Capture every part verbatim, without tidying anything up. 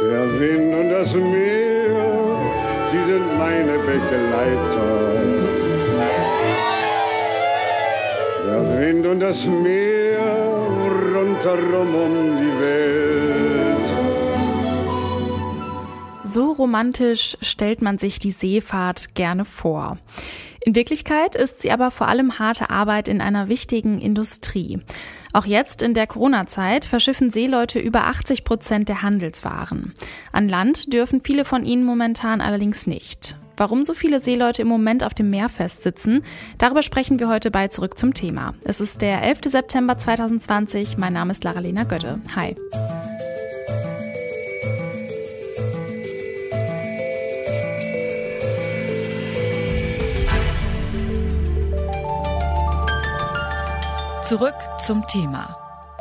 Der Wind und das Meer, sie sind meine Begleiter. Der Wind und das Meer, rundherum um die Welt. So romantisch stellt man sich die Seefahrt gerne vor. In Wirklichkeit ist sie aber vor allem harte Arbeit in einer wichtigen Industrie. Auch jetzt in der Corona-Zeit verschiffen Seeleute über achtzig Prozent der Handelswaren. An Land dürfen viele von ihnen momentan allerdings nicht. Warum so viele Seeleute im Moment auf dem Meer festsitzen, darüber sprechen wir heute bei Zurück zum Thema. Es ist der elfter September zweitausendzwanzig. Mein Name ist Lara-Lena Götte. Hi. Zurück zum Thema.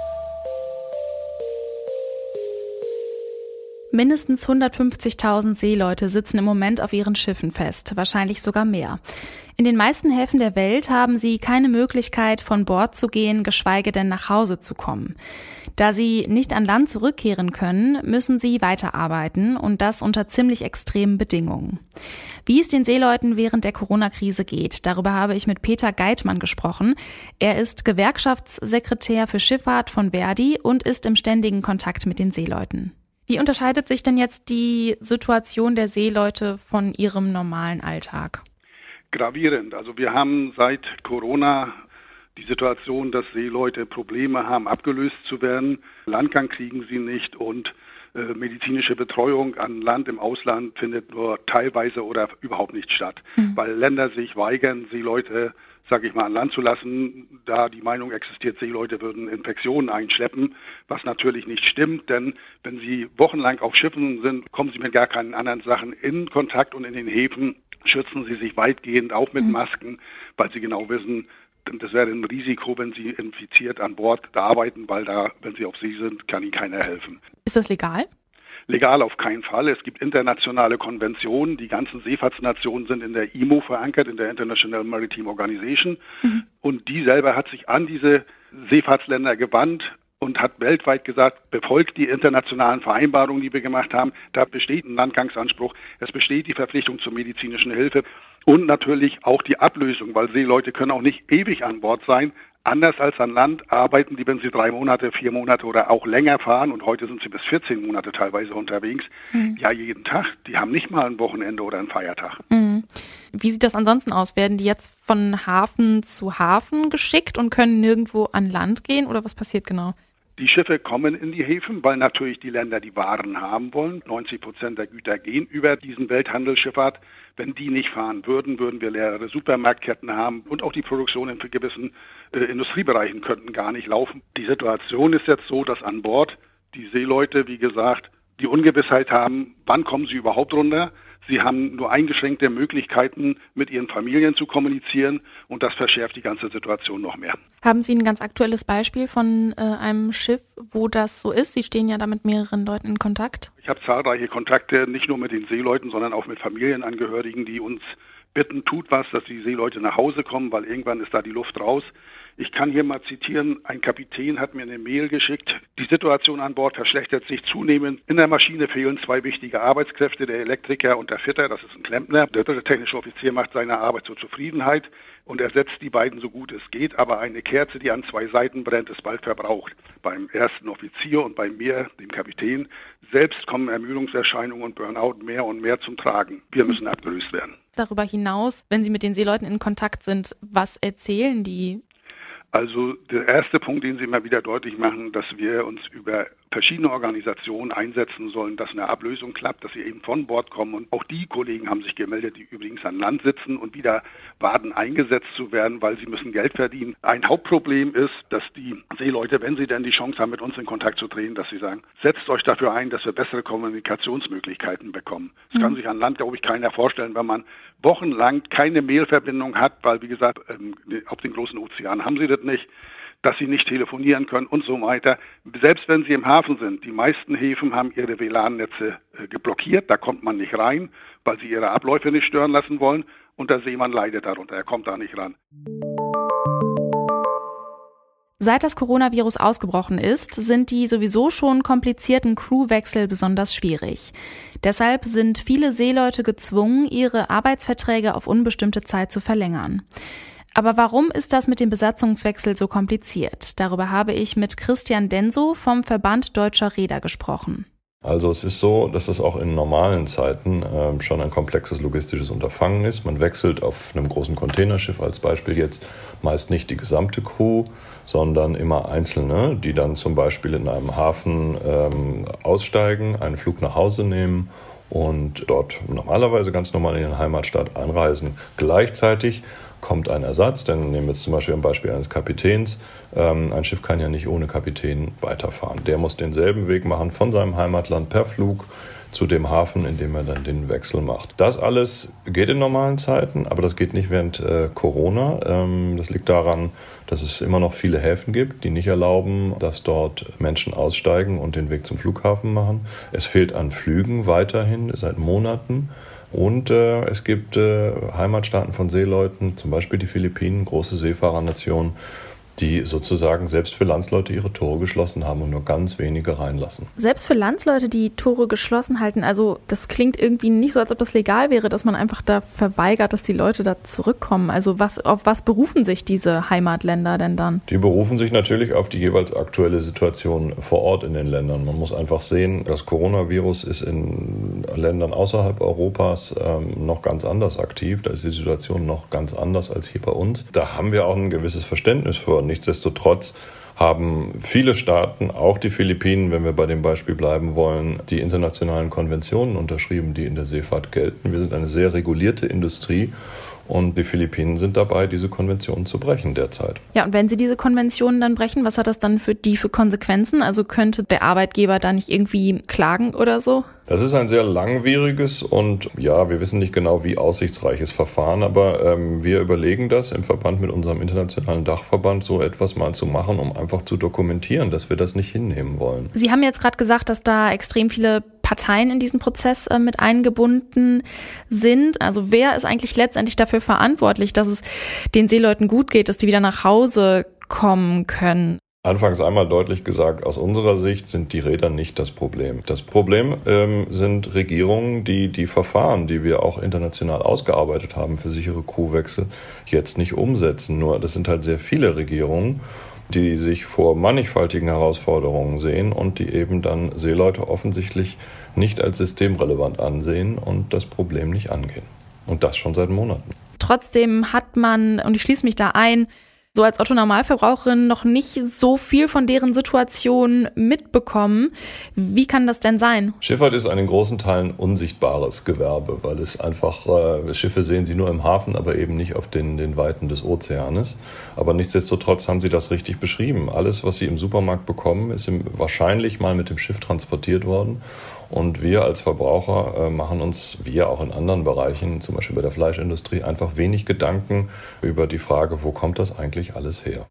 Mindestens hundertfünfzigtausend Seeleute sitzen im Moment auf ihren Schiffen fest, wahrscheinlich sogar mehr. In den meisten Häfen der Welt haben sie keine Möglichkeit, von Bord zu gehen, geschweige denn nach Hause zu kommen. Da sie nicht an Land zurückkehren können, müssen sie weiterarbeiten und das unter ziemlich extremen Bedingungen. Wie es den Seeleuten während der Corona-Krise geht, darüber habe ich mit Peter Geitmann gesprochen. Er ist Gewerkschaftssekretär für Schifffahrt von ver.di und ist im ständigen Kontakt mit den Seeleuten. Wie unterscheidet sich denn jetzt die Situation der Seeleute von ihrem normalen Alltag? Gravierend. Also wir haben seit Corona die Situation, dass Seeleute Probleme haben, abgelöst zu werden. Landgang kriegen sie nicht und äh, medizinische Betreuung an Land im Ausland findet nur teilweise oder überhaupt nicht statt, mhm. weil Länder sich weigern, Seeleute, sage ich mal, an Land zu lassen, da die Meinung existiert, Seeleute würden Infektionen einschleppen, was natürlich nicht stimmt, denn wenn sie wochenlang auf Schiffen sind, kommen sie mit gar keinen anderen Sachen in Kontakt und in den Häfen schützen sie sich weitgehend auch mit Masken, weil sie genau wissen, das wäre ein Risiko, wenn sie infiziert an Bord da arbeiten, weil da, wenn sie auf See sind, kann ihnen keiner helfen. Ist das legal? Legal auf keinen Fall. Es gibt internationale Konventionen. Die ganzen Seefahrtsnationen sind in der I M O verankert, in der International Maritime Organization. Mhm. Und die selber hat sich an diese Seefahrtsländer gewandt und hat weltweit gesagt, befolgt die internationalen Vereinbarungen, die wir gemacht haben. Da besteht ein Landgangsanspruch. Es besteht die Verpflichtung zur medizinischen Hilfe und natürlich auch die Ablösung, weil Seeleute können auch nicht ewig an Bord sein. Anders als an Land arbeiten die, wenn sie drei Monate, vier Monate oder auch länger fahren, und heute sind sie bis vierzehn Monate teilweise unterwegs, mhm. ja jeden Tag. Die haben nicht mal ein Wochenende oder einen Feiertag. Mhm. Wie sieht das ansonsten aus? Werden die jetzt von Hafen zu Hafen geschickt und können nirgendwo an Land gehen oder was passiert genau? Die Schiffe kommen in die Häfen, weil natürlich die Länder die Waren haben wollen. neunzig Prozent der Güter gehen über diesen Welthandelsschifffahrt. Wenn die nicht fahren würden, würden wir leere Supermarktketten haben und auch die Produktion in gewissen äh, Industriebereichen könnten gar nicht laufen. Die Situation ist jetzt so, dass an Bord die Seeleute, wie gesagt, die Ungewissheit haben, wann kommen sie überhaupt runter. Sie haben nur eingeschränkte Möglichkeiten, mit ihren Familien zu kommunizieren und das verschärft die ganze Situation noch mehr. Haben Sie ein ganz aktuelles Beispiel von äh, einem Schiff, wo das so ist? Sie stehen ja da mit mehreren Leuten in Kontakt. Ich habe zahlreiche Kontakte, nicht nur mit den Seeleuten, sondern auch mit Familienangehörigen, die uns bitten, tut was, dass die Seeleute nach Hause kommen, weil irgendwann ist da die Luft raus. Ich kann hier mal zitieren, ein Kapitän hat mir eine Mail geschickt. Die Situation an Bord verschlechtert sich zunehmend. In der Maschine fehlen zwei wichtige Arbeitskräfte, der Elektriker und der Fitter, das ist ein Klempner. Der dritte technische Offizier macht seine Arbeit zur Zufriedenheit und ersetzt die beiden so gut es geht. Aber eine Kerze, die an zwei Seiten brennt, ist bald verbraucht. Beim ersten Offizier und bei mir, dem Kapitän, selbst kommen Ermüdungserscheinungen und Burnout mehr und mehr zum Tragen. Wir müssen abgelöst werden. Darüber hinaus, wenn Sie mit den Seeleuten in Kontakt sind, was erzählen die? Also der erste Punkt, den Sie immer wieder deutlich machen, dass wir uns über verschiedene Organisationen einsetzen sollen, dass eine Ablösung klappt, dass sie eben von Bord kommen. Und auch die Kollegen haben sich gemeldet, die übrigens an Land sitzen und wieder warten, eingesetzt zu werden, weil sie müssen Geld verdienen. Ein Hauptproblem ist, dass die Seeleute, wenn sie denn die Chance haben, mit uns in Kontakt zu treten, dass sie sagen, setzt euch dafür ein, dass wir bessere Kommunikationsmöglichkeiten bekommen. Das mhm. kann sich an Land, glaube ich, keiner vorstellen, wenn man wochenlang keine Mailverbindung hat, weil, wie gesagt, ähm, auf den großen Ozean haben sie das nicht, dass sie nicht telefonieren können und so weiter. Selbst wenn sie im Hafen sind, die meisten Häfen haben ihre W L A N-Netze äh, geblockiert, da kommt man nicht rein, weil sie ihre Abläufe nicht stören lassen wollen und der Seemann leidet darunter, er kommt da nicht ran. Seit das Coronavirus ausgebrochen ist, sind die sowieso schon komplizierten Crewwechsel besonders schwierig. Deshalb sind viele Seeleute gezwungen, ihre Arbeitsverträge auf unbestimmte Zeit zu verlängern. Aber warum ist das mit dem Besatzungswechsel so kompliziert? Darüber habe ich mit Christian Denso vom Verband Deutscher Reeder gesprochen. Also es ist so, dass es auch in normalen Zeiten äh, schon ein komplexes logistisches Unterfangen ist. Man wechselt auf einem großen Containerschiff als Beispiel jetzt meist nicht die gesamte Crew, sondern immer Einzelne, die dann zum Beispiel in einem Hafen ähm, aussteigen, einen Flug nach Hause nehmen und dort normalerweise ganz normal in den Heimatstaat einreisen. Gleichzeitig kommt ein Ersatz, denn nehmen wir jetzt zum Beispiel ein Beispiel eines Kapitäns. Ähm, ein Schiff kann ja nicht ohne Kapitän weiterfahren. Der muss denselben Weg machen von seinem Heimatland per Flug zu dem Hafen, in dem er dann den Wechsel macht. Das alles geht in normalen Zeiten, aber das geht nicht während äh, Corona. Ähm, das liegt daran, dass es immer noch viele Häfen gibt, die nicht erlauben, dass dort Menschen aussteigen und den Weg zum Flughafen machen. Es fehlt an Flügen weiterhin seit Monaten. Und äh, es gibt äh, Heimatstaaten von Seeleuten, zum Beispiel die Philippinen, große Seefahrernation, die sozusagen selbst für Landsleute ihre Tore geschlossen haben und nur ganz wenige reinlassen. Selbst für Landsleute die Tore geschlossen halten, also das klingt irgendwie nicht so, als ob das legal wäre, dass man einfach da verweigert, dass die Leute da zurückkommen. Also was, auf was berufen sich diese Heimatländer denn dann? Die berufen sich natürlich auf die jeweils aktuelle Situation vor Ort in den Ländern. Man muss einfach sehen, das Coronavirus ist in Ländern außerhalb Europas ähm, noch ganz anders aktiv. Da ist die Situation noch ganz anders als hier bei uns. Da haben wir auch ein gewisses Verständnis für. Nichtsdestotrotz haben viele Staaten, auch die Philippinen, wenn wir bei dem Beispiel bleiben wollen, die internationalen Konventionen unterschrieben, die in der Seefahrt gelten. Wir sind eine sehr regulierte Industrie und die Philippinen sind dabei, diese Konventionen zu brechen derzeit. Ja, und wenn sie diese Konventionen dann brechen, was hat das dann für die für Konsequenzen? Also könnte der Arbeitgeber da nicht irgendwie klagen oder so? Das ist ein sehr langwieriges und ja, wir wissen nicht genau, wie aussichtsreiches Verfahren, aber ähm, wir überlegen das im Verband mit unserem internationalen Dachverband, so etwas mal zu machen, um einfach zu dokumentieren, dass wir das nicht hinnehmen wollen. Sie haben jetzt gerade gesagt, dass da extrem viele Parteien in diesen Prozess äh, mit eingebunden sind. Also wer ist eigentlich letztendlich dafür verantwortlich, dass es den Seeleuten gut geht, dass die wieder nach Hause kommen können? Anfangs einmal deutlich gesagt, aus unserer Sicht sind die Reeder nicht das Problem. Das Problem ähm, sind Regierungen, die die Verfahren, die wir auch international ausgearbeitet haben für sichere Crewwechsel, jetzt nicht umsetzen. Nur das sind halt sehr viele Regierungen, die sich vor mannigfaltigen Herausforderungen sehen und die eben dann Seeleute offensichtlich nicht als systemrelevant ansehen und das Problem nicht angehen. Und das schon seit Monaten. Trotzdem hat man, und ich schließe mich da ein, so als Otto-Normalverbraucherin noch nicht so viel von deren Situation mitbekommen. Wie kann das denn sein? Schifffahrt ist ein in großen Teilen unsichtbares Gewerbe, weil es einfach, äh, Schiffe sehen Sie nur im Hafen, aber eben nicht auf den, den Weiten des Ozeanes. Aber nichtsdestotrotz haben Sie das richtig beschrieben. Alles, was Sie im Supermarkt bekommen, ist im, wahrscheinlich mal mit dem Schiff transportiert worden. Und wir als Verbraucher äh, machen uns, wir auch in anderen Bereichen, zum Beispiel bei der Fleischindustrie, einfach wenig Gedanken über die Frage, wo kommt das eigentlich alles her?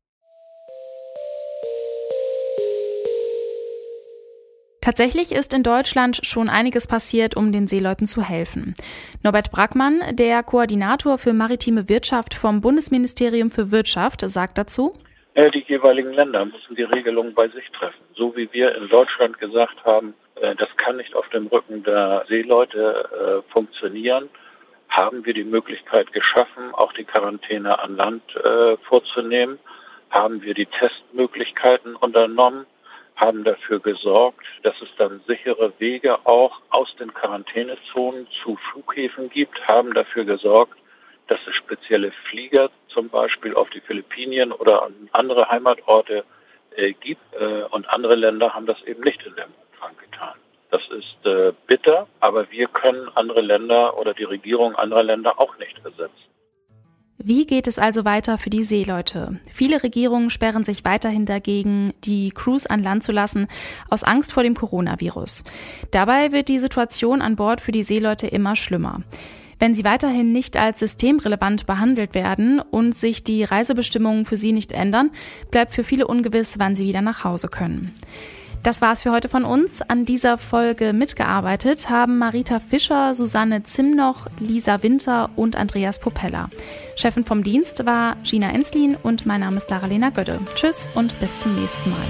Tatsächlich ist in Deutschland schon einiges passiert, um den Seeleuten zu helfen. Norbert Brackmann, der Koordinator für maritime Wirtschaft vom Bundesministerium für Wirtschaft, sagt dazu: Die jeweiligen Länder müssen die Regelungen bei sich treffen. So wie wir in Deutschland gesagt haben, das kann nicht auf dem Rücken der Seeleute äh, funktionieren, haben wir die Möglichkeit geschaffen, auch die Quarantäne an Land äh, vorzunehmen, haben wir die Testmöglichkeiten unternommen, haben dafür gesorgt, dass es dann sichere Wege auch aus den Quarantänezonen zu Flughäfen gibt, haben dafür gesorgt, dass es spezielle Flieger zum Beispiel auf die Philippinen oder an andere Heimatorte äh, gibt äh, und andere Länder haben das eben nicht in dem Umfang getan. Das ist äh, bitter, aber wir können andere Länder oder die Regierung anderer Länder auch nicht ersetzen. Wie geht es also weiter für die Seeleute? Viele Regierungen sperren sich weiterhin dagegen, die Crews an Land zu lassen, aus Angst vor dem Coronavirus. Dabei wird die Situation an Bord für die Seeleute immer schlimmer. Wenn sie weiterhin nicht als systemrelevant behandelt werden und sich die Reisebestimmungen für sie nicht ändern, bleibt für viele ungewiss, wann sie wieder nach Hause können. Das war's für heute von uns. An dieser Folge mitgearbeitet haben Marita Fischer, Susanne Zimnoch, Lisa Winter und Andreas Popella. Chefin vom Dienst war Gina Enslin und mein Name ist Lara-Lena Gödde. Tschüss und bis zum nächsten Mal.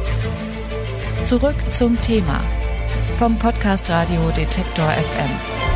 Zurück zum Thema vom Podcast Radio Detektor F M.